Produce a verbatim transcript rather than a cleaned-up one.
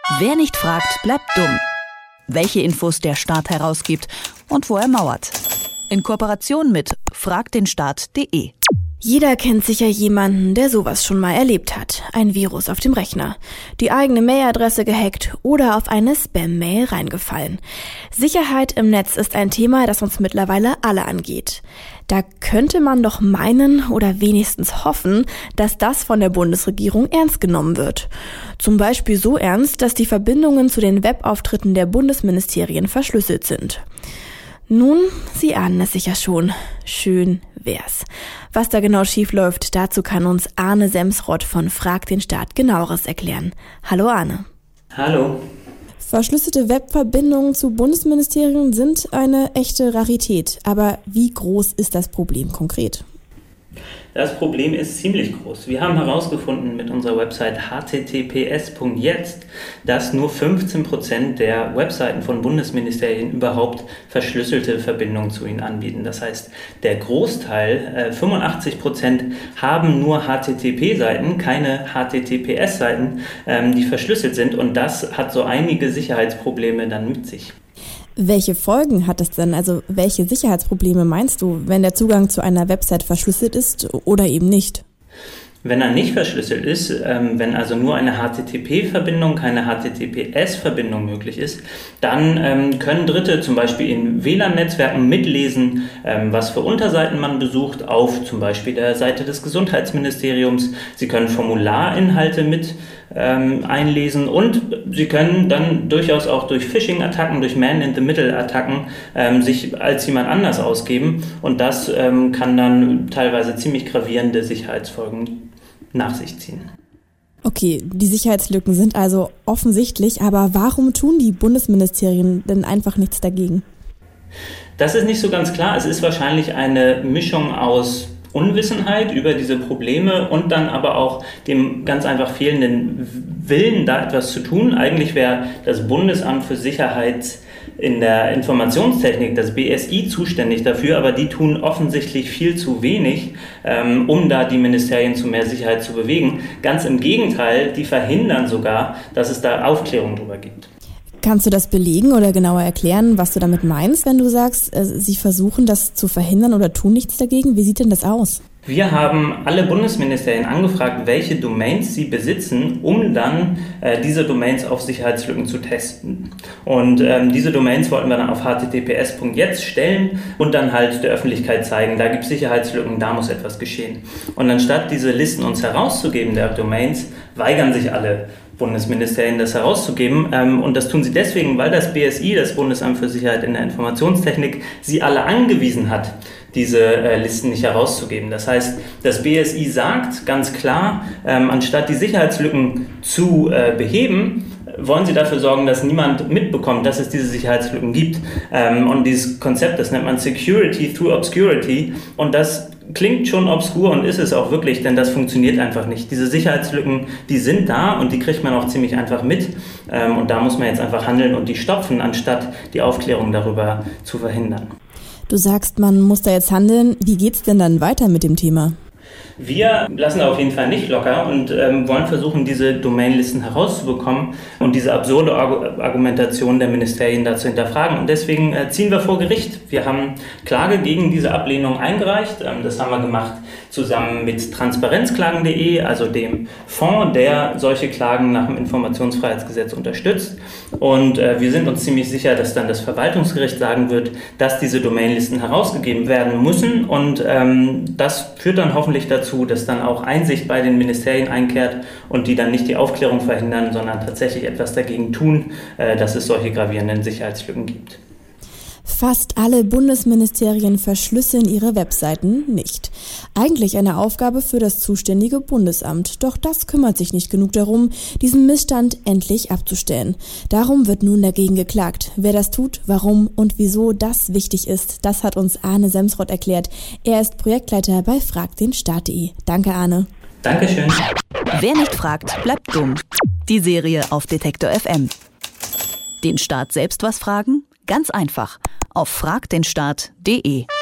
Wer nicht fragt, bleibt dumm. Welche Infos der Staat herausgibt und wo er mauert. In Kooperation mit frag den staat punkt de. Jeder kennt sicher jemanden, der sowas schon mal erlebt hat. Ein Virus auf dem Rechner, die eigene Mailadresse gehackt oder auf eine Spam-Mail reingefallen. Sicherheit im Netz ist ein Thema, das uns mittlerweile alle angeht. Da könnte man doch meinen oder wenigstens hoffen, dass das von der Bundesregierung ernst genommen wird. Zum Beispiel so ernst, dass die Verbindungen zu den Webauftritten der Bundesministerien verschlüsselt sind. Nun, Sie ahnen es sicher schon. Schön wär's. Was da genau schief läuft, dazu kann uns Arne Semsrott von Frag den Staat genaueres erklären. Hallo Arne. Hallo. Verschlüsselte Webverbindungen zu Bundesministerien sind eine echte Rarität. Aber wie groß ist das Problem konkret? Das Problem ist ziemlich groß. Wir haben herausgefunden mit unserer Website h t t p s punkt jetzt, dass nur fünfzehn Prozent der Webseiten von Bundesministerien überhaupt verschlüsselte Verbindungen zu ihnen anbieten. Das heißt, der Großteil, äh, fünfundachtzig Prozent, haben nur H T T P-Seiten, keine H T T P S-Seiten, ähm, die verschlüsselt sind. Und das hat so einige Sicherheitsprobleme dann mit sich. Welche Folgen hat es denn? Also welche Sicherheitsprobleme meinst du, wenn der Zugang zu einer Website verschlüsselt ist oder eben nicht? Wenn er nicht verschlüsselt ist, ähm, wenn also nur eine H T T P-Verbindung, keine H T T P S-Verbindung möglich ist, dann ähm, können Dritte zum Beispiel in W L A N-Netzwerken mitlesen, ähm, was für Unterseiten man besucht, auf zum Beispiel der Seite des Gesundheitsministeriums. Sie können Formularinhalte mit ähm, einlesen und Sie können dann durchaus auch durch Phishing-Attacken, durch Man-in-the-Middle-Attacken ähm, sich als jemand anders ausgeben und das ähm, kann dann teilweise ziemlich gravierende Sicherheitsfolgen nach sich ziehen. Okay, die Sicherheitslücken sind also offensichtlich, aber warum tun die Bundesministerien denn einfach nichts dagegen? Das ist nicht so ganz klar. Es ist wahrscheinlich eine Mischung aus Unwissenheit über diese Probleme und dann aber auch dem ganz einfach fehlenden Willen, da etwas zu tun. Eigentlich wäre das Bundesamt für Sicherheit in der Informationstechnik, das B S I, zuständig dafür, aber die tun offensichtlich viel zu wenig, ähm, um da die Ministerien zu mehr Sicherheit zu bewegen. Ganz im Gegenteil, die verhindern sogar, dass es da Aufklärung drüber gibt. Kannst du das belegen oder genauer erklären, was du damit meinst, wenn du sagst, äh, sie versuchen das zu verhindern oder tun nichts dagegen? Wie sieht denn das aus? Wir haben alle Bundesministerien angefragt, welche Domains sie besitzen, um dann äh, diese Domains auf Sicherheitslücken zu testen. Und ähm, diese Domains wollten wir dann auf h t t p s punkt jetzt stellen und dann halt der Öffentlichkeit zeigen, da gibt es Sicherheitslücken, da muss etwas geschehen. Und anstatt diese Listen uns herauszugeben, der Domains, weigern sich alle Bundesministerien, das herauszugeben. Ähm, und das tun sie deswegen, weil das B S I, das Bundesamt für Sicherheit in der Informationstechnik, sie alle angewiesen hat, diese äh, Listen nicht herauszugeben. Das heißt, das B S I sagt ganz klar, ähm, anstatt die Sicherheitslücken zu äh, beheben, wollen sie dafür sorgen, dass niemand mitbekommt, dass es diese Sicherheitslücken gibt. Ähm, und dieses Konzept, das nennt man Security through Obscurity. Und das klingt schon obskur und ist es auch wirklich, denn das funktioniert einfach nicht. Diese Sicherheitslücken, die sind da und die kriegt man auch ziemlich einfach mit. Ähm, und da muss man jetzt einfach handeln und die stopfen, anstatt die Aufklärung darüber zu verhindern. Du sagst, man muss da jetzt handeln. Wie geht's denn dann weiter mit dem Thema? Wir lassen auf jeden Fall nicht locker und ähm, wollen versuchen, diese Domainlisten herauszubekommen und diese absurde Argu- Argumentation der Ministerien da zu hinterfragen. Und deswegen äh, ziehen wir vor Gericht. Wir haben Klage gegen diese Ablehnung eingereicht. Ähm, das haben wir gemacht zusammen mit transparenzklagen punkt de, also dem Fonds, der solche Klagen nach dem Informationsfreiheitsgesetz unterstützt. Und äh, wir sind uns ziemlich sicher, dass dann das Verwaltungsgericht sagen wird, dass diese Domainlisten herausgegeben werden müssen. Und ähm, das führt dann hoffentlich dazu, dass dann auch Einsicht bei den Ministerien einkehrt und die dann nicht die Aufklärung verhindern, sondern tatsächlich etwas dagegen tun, äh, dass es solche gravierenden Sicherheitslücken gibt. Fast alle Bundesministerien verschlüsseln ihre Webseiten nicht. Eigentlich eine Aufgabe für das zuständige Bundesamt, doch das kümmert sich nicht genug darum, diesen Missstand endlich abzustellen. Darum wird nun dagegen geklagt. Wer das tut, warum und wieso das wichtig ist, das hat uns Arne Semsrott erklärt. Er ist Projektleiter bei frag den staat punkt de. Danke, Arne. Dankeschön. Wer nicht fragt, bleibt dumm. Die Serie auf Detektor F M. Den Staat selbst was fragen? Ganz einfach. Auf frag den staat punkt de.